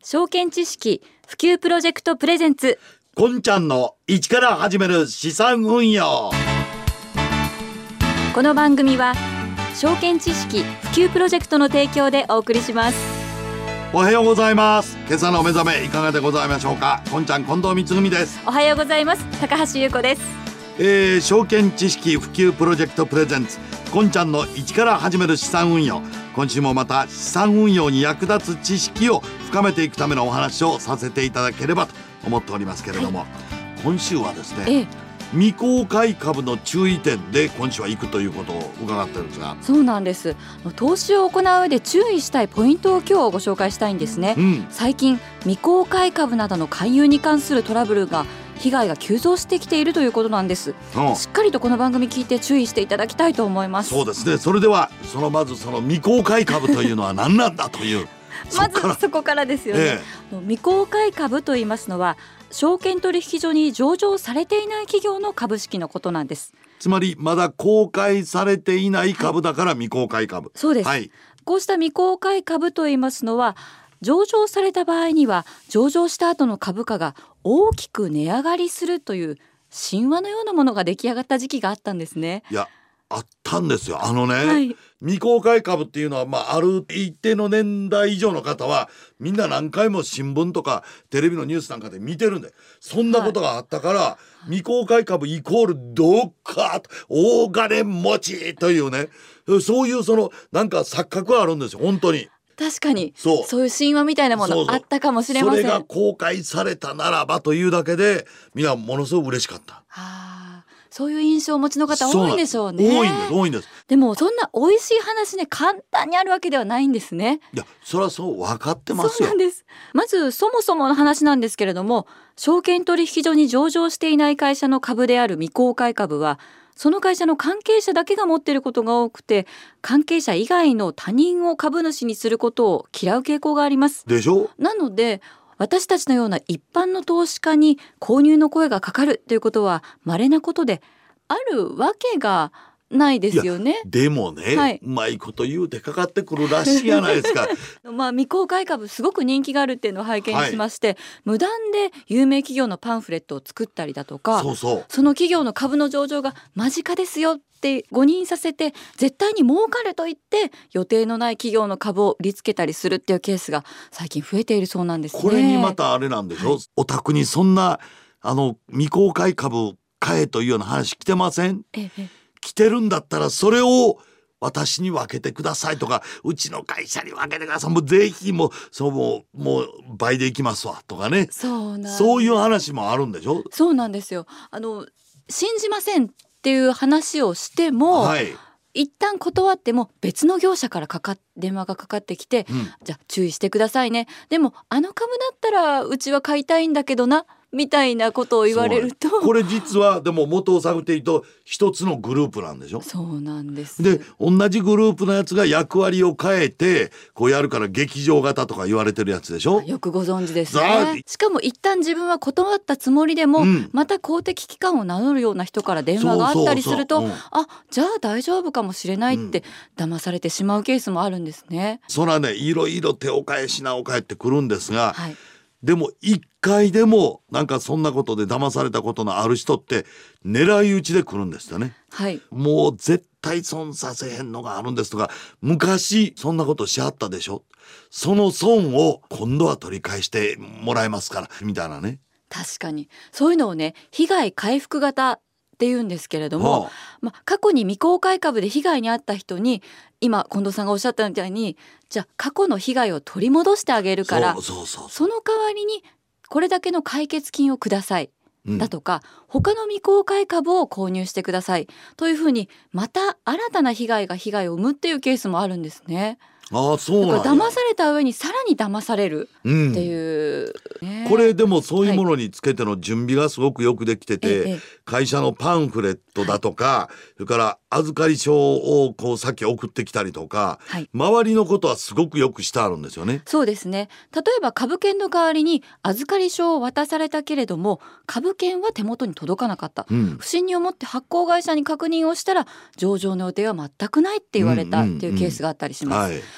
証券知識普及プロジェクトプレゼンツ、 こんちゃんの一から始める資産運用。 この番組は証券知識普及プロジェクトの提供でお送りします。 おはようございます。今朝のお目覚めいかがでございましょうか。こんちゃん近藤光文です。 おはようございます。高橋優子です。 証券知識普及プロジェクトプレゼンツ、こんちゃんの一から始める資産運用。今週もまた資産運用に役立つ知識を深めていくためのお話をさせていただければと思っておりますけれども、今週はですね、未公開株の注意点で今週は行くということを伺ってるんですが。 そうなんです。投資を行う上で注意したいポイントを今日ご紹介したいんですね。最近未公開株などの勧誘に関するトラブルが被害が急増してきているということなんです。しっかりとこの番組聞いて注意していただきたいと思います。 そうですね。それではまずその未公開株というのは何なんだというまずそこからですよね。未公開株と言いますのは証券取引所に上場されていない企業の株式のことなんです。 つまりまだ公開されていない株だから未公開株、 そうです、こうした未公開株と言いますのは上場された場合には上場した後の株価が大きく値上がりするという神話のようなものが出来上がった時期があったんですね。 いや、あったんですよ。未公開株っていうのは、ある一定の年代以上の方はみんな何回も新聞とかテレビのニュースなんかで見てるんで、そんなことがあったから、未公開株イコールどっか大金持ちというね、そういうなんか錯覚があるんですよ。本当に確かにそういう神話みたいなものあったかもしれません。 それが公開されたならばというだけでみんなものすごく嬉しかった。 そういう印象をお持ちの方多いんでしょうね。 多いんです。 でもそんな美味しい話ね、簡単にあるわけではないんですね。 いや、それはそう分かってますよ。 そうなんです。まずそもそもの話なんですけれども、証券取引所に上場していない会社の株である未公開株はその会社の関係者だけが持っていることが多くて、関係者以外の他人を株主にすることを嫌う傾向があります。 でしょ。 なので私たちのような一般の投資家に購入の声がかかるということは稀なことであるわけがないですよね。 でもね、うまいこと言うてかかってくるらしいじゃないですか。 未公開株すごく人気があるっていうのを拝見しまして、無断で有名企業のパンフレットを作ったりだとか、その企業の株の上場が間近ですよって誤認させて絶対に儲かると言って予定のない企業の株を売りつけたりするっていうケースが最近増えているそうなんですね。 これにまたあれなんでしょ、お宅にそんな未公開株買えというような話来てません？来てるんだったらそれを私に分けてくださいとか、うちの会社に分けてください、もうぜひもう倍でいきますわとかね。そういう話もあるんでしょ。 そうなんですよ。信じませんっていう話をしても、一旦断っても別の業者から電話がかかってきて、じゃあ注意してくださいね、でもあの株だったらうちは買いたいんだけどなみたいなことを言われると、 これ実はでも元を探っていると一つのグループなんでしょ。 そうなんです。 で同じグループのやつが役割を変えてこうやるから劇場型とか言われてるやつでしょ。 よくご存知ですね。しかも一旦自分は断ったつもりでも、また公的機関を名乗るような人から電話があったりすると、じゃあ大丈夫かもしれないって騙されてしまうケースもあるんですね。 そらね、いろいろ手を変え品を変えてくるんですが、でも一回でもなんかそんなことで騙されたことのある人って狙い撃ちで来るんですよね。もう絶対損させへんのがあるんですとか、昔そんなことしはったでしょ、その損を今度は取り返してもらえますからみたいなね。 確かにそういうのをね、被害回復型って言うんですけれども、過去に未公開株で被害に遭った人に今近藤さんがおっしゃったみたいに、じゃあ過去の被害を取り戻してあげるから、その代わりにこれだけの解決金をください、だとか他の未公開株を購入してくださいというふうに、また新たな被害を生むっていうケースもあるんですね。 そうなんや。 騙された上にさらに騙されるっていう、 これでもそういうものにつけての準備がすごくよくできてて、会社のパンフレットだとか、それから預かり書をこうさっき送ってきたりとか、周りのことはすごくよくしてあるんですよね。 そうですね。例えば株券の代わりに預かり書を渡されたけれども株券は手元に届かなかった、不審に思って発行会社に確認をしたら上場の予定は全くないって言われたっていうケースがあったりします。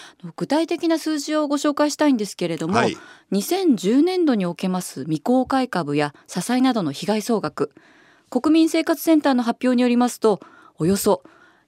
具体的な数字をご紹介したいんですけれども、2010年度におけます未公開株や社債などの被害総額、国民生活センターの発表によりますとおよそ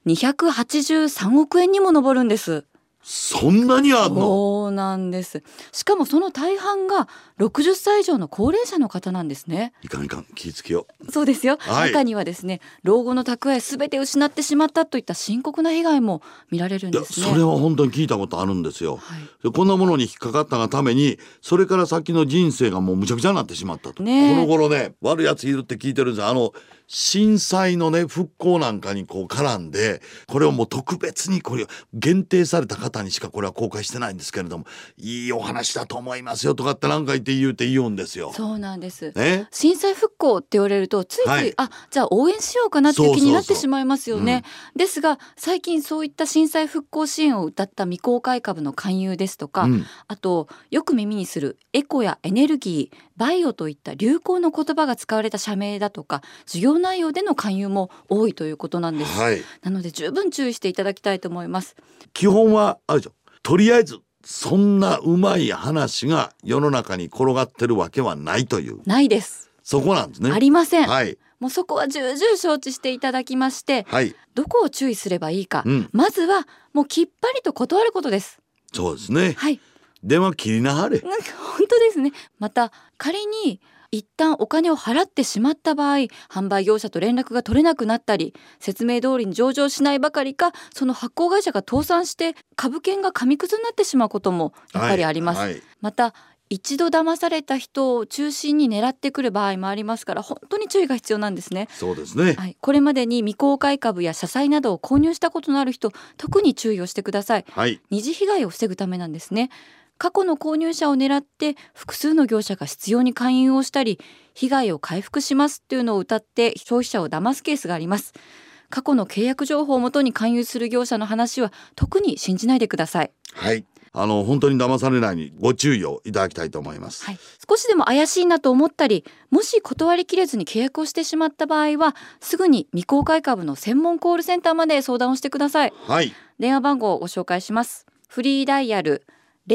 283億円にも上るんです。 そんなにあんの？ そうなんです。しかもその大半が60歳以上の高齢者の方なんですね。 いかん気ぃつけよう。そうですよ、中にはですね、老後の蓄えすべて失ってしまったといった深刻な被害も見られるんですね。 それは本当に聞いたことあるんですよ、こんなものに引っかかったがためにそれから先の人生がもうむちゃくちゃになってしまったと、この頃ね、悪いやついるって聞いてるんですよ。震災のね復興なんかにこう絡んで、これをもう特別にこれ限定された方にしかこれは公開してないんですけれども、いいお話だと思いますよとかって何か言うんですよ。 そうなんです。震災復興って言われるとついつい、じゃあ応援しようかなっていう気になってしまいますよね。ですが最近そういった震災復興支援を謳った未公開株の勧誘ですとか、あとよく耳にするエコやエネルギー、バイオといった流行の言葉が使われた社名だとか事業内容での勧誘も多いということなんです、なので十分注意していただきたいと思います。 基本はあるじゃん。とりあえずそんなうまい話が世の中に転がってるわけはないという。 ないです。 そこなんですね。 ありません、もうそこは重々承知していただきまして、どこを注意すればいいか、まずはもうきっぱりと断ることです。 そうですね。電話切りなはれ。 本当ですね。また仮に一旦お金を払ってしまった場合、販売業者と連絡が取れなくなったり、説明通りに上場しないばかりか、その発行会社が倒産して株券が紙くずになってしまうこともやっぱりあります、また一度騙された人を中心に狙ってくる場合もありますから、本当に注意が必要なんですね。 そうですね、 これまでに未公開株や社債などを購入したことのある人、特に注意をしてください、二次被害を防ぐためなんですね。過去の購入者を狙って複数の業者が執拗に勧誘をしたり、被害を回復しますっていうのを謳って消費者を騙すケースがあります。過去の契約情報をもとに勧誘する業者の話は特に信じないでください。 本当に騙されないようにご注意をいただきたいと思います、 少しでも怪しいなと思ったり、もし断りきれずに契約をしてしまった場合はすぐに未公開株の専門コールセンターまで相談をしてください、電話番号をご紹介します。フリーダイヤル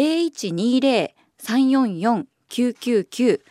0120-344-999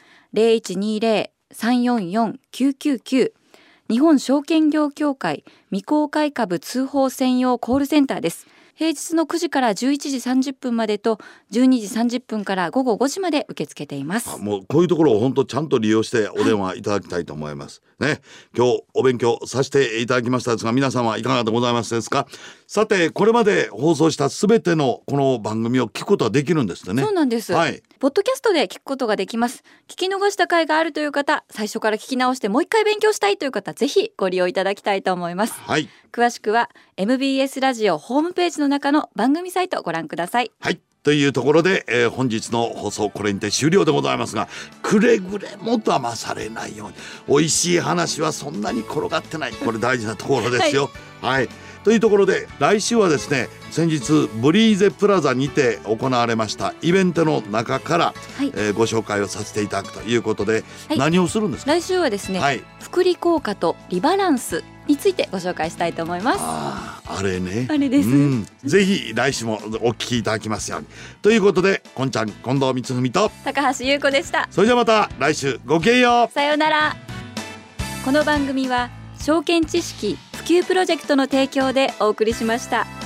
0120-344-999、日本証券業協会未公開株通報専用コールセンターです。平日の9時から11時30分までと12時30分から午後5時まで受け付けています。 もうこういうところを本当ちゃんと利用してお電話いただきたいと思いますね。今日お勉強させていただきましたですが、皆様いかがでございますですか。さてこれまで放送したすべてのこの番組を聞くことはできるんですね。 そうなんです、ポッドキャストで聞くことができます。聞き逃した回があるという方、最初から聞き直してもう一回勉強したいという方、ぜひご利用いただきたいと思います、詳しくは MBS ラジオホームページの中の番組サイトをご覧ください。 というところで、本日の放送これにて終了でございますが、くれぐれも騙されないように、美味しい話はそんなに転がってない、これ大事なところですよ。というところで来週はですね、先日ブリーゼプラザにて行われましたイベントの中から、ご紹介をさせていただくということで、何をするんですか。来週はですね、複利効果とリバランスについてご紹介したいと思います。 あれね、 あれです、 ぜひ来週もお聞きいただきますようにということで、こんちゃん近藤光文と高橋優子でした。 それではまた来週、ごきげんよう。 さようなら。この番組は証券知識普及プロジェクトの提供でお送りしました。